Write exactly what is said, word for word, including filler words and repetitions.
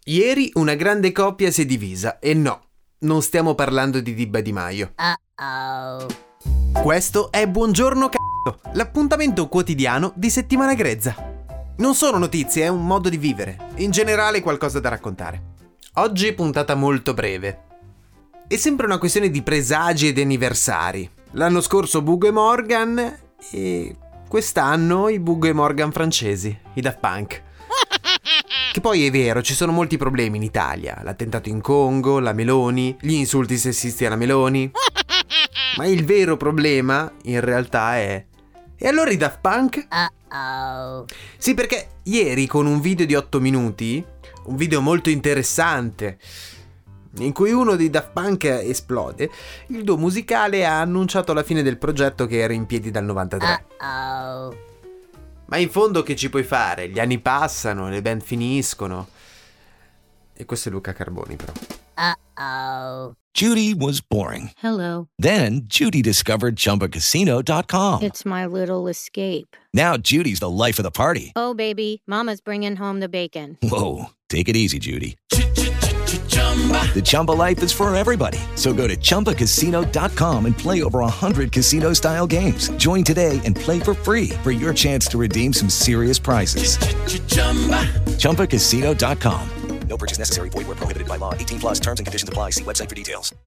Ieri una grande coppia si è divisa e no, non stiamo parlando di Di Di Maio. Uh-oh. Questo è Buongiorno c***o, l'appuntamento quotidiano di Settimana Grezza. Non sono notizie, è un modo di vivere, in generale qualcosa da raccontare. Oggi puntata molto breve. È sempre una questione di presagi ed anniversari. L'anno scorso Bugo e Morgan e quest'anno i Bugo e Morgan francesi, i Daft Punk. Che poi è vero, ci sono molti problemi in Italia. L'attentato in Congo, la Meloni, gli insulti sessisti alla Meloni. Ma il vero problema, in realtà, è... E allora i Daft Punk? Uh-oh. Sì, perché ieri con un video di otto minuti, un video molto interessante, in cui uno dei Daft Punk esplode, il duo musicale ha annunciato la fine del progetto che era in piedi dal novantatré. Uh-oh. Ma in fondo che ci puoi fare? Gli anni passano, le band finiscono. E questo è Luca Carboni, però. Uh-oh. Judy was boring. Hello. Then Judy discovered Chumba Casino dot com. It's my little escape. Now Judy's the life of the party. Oh, baby, mama's bringing home the bacon. Whoa, take it easy, Judy. The Chumba life is for everybody. So go to Chumba Casino dot com and play over one hundred casino-style games. Join today and play for free for your chance to redeem some serious prizes. Chumba Casino dot com. No purchase necessary. Void where prohibited by law. eighteen plus terms and conditions apply. See website for details.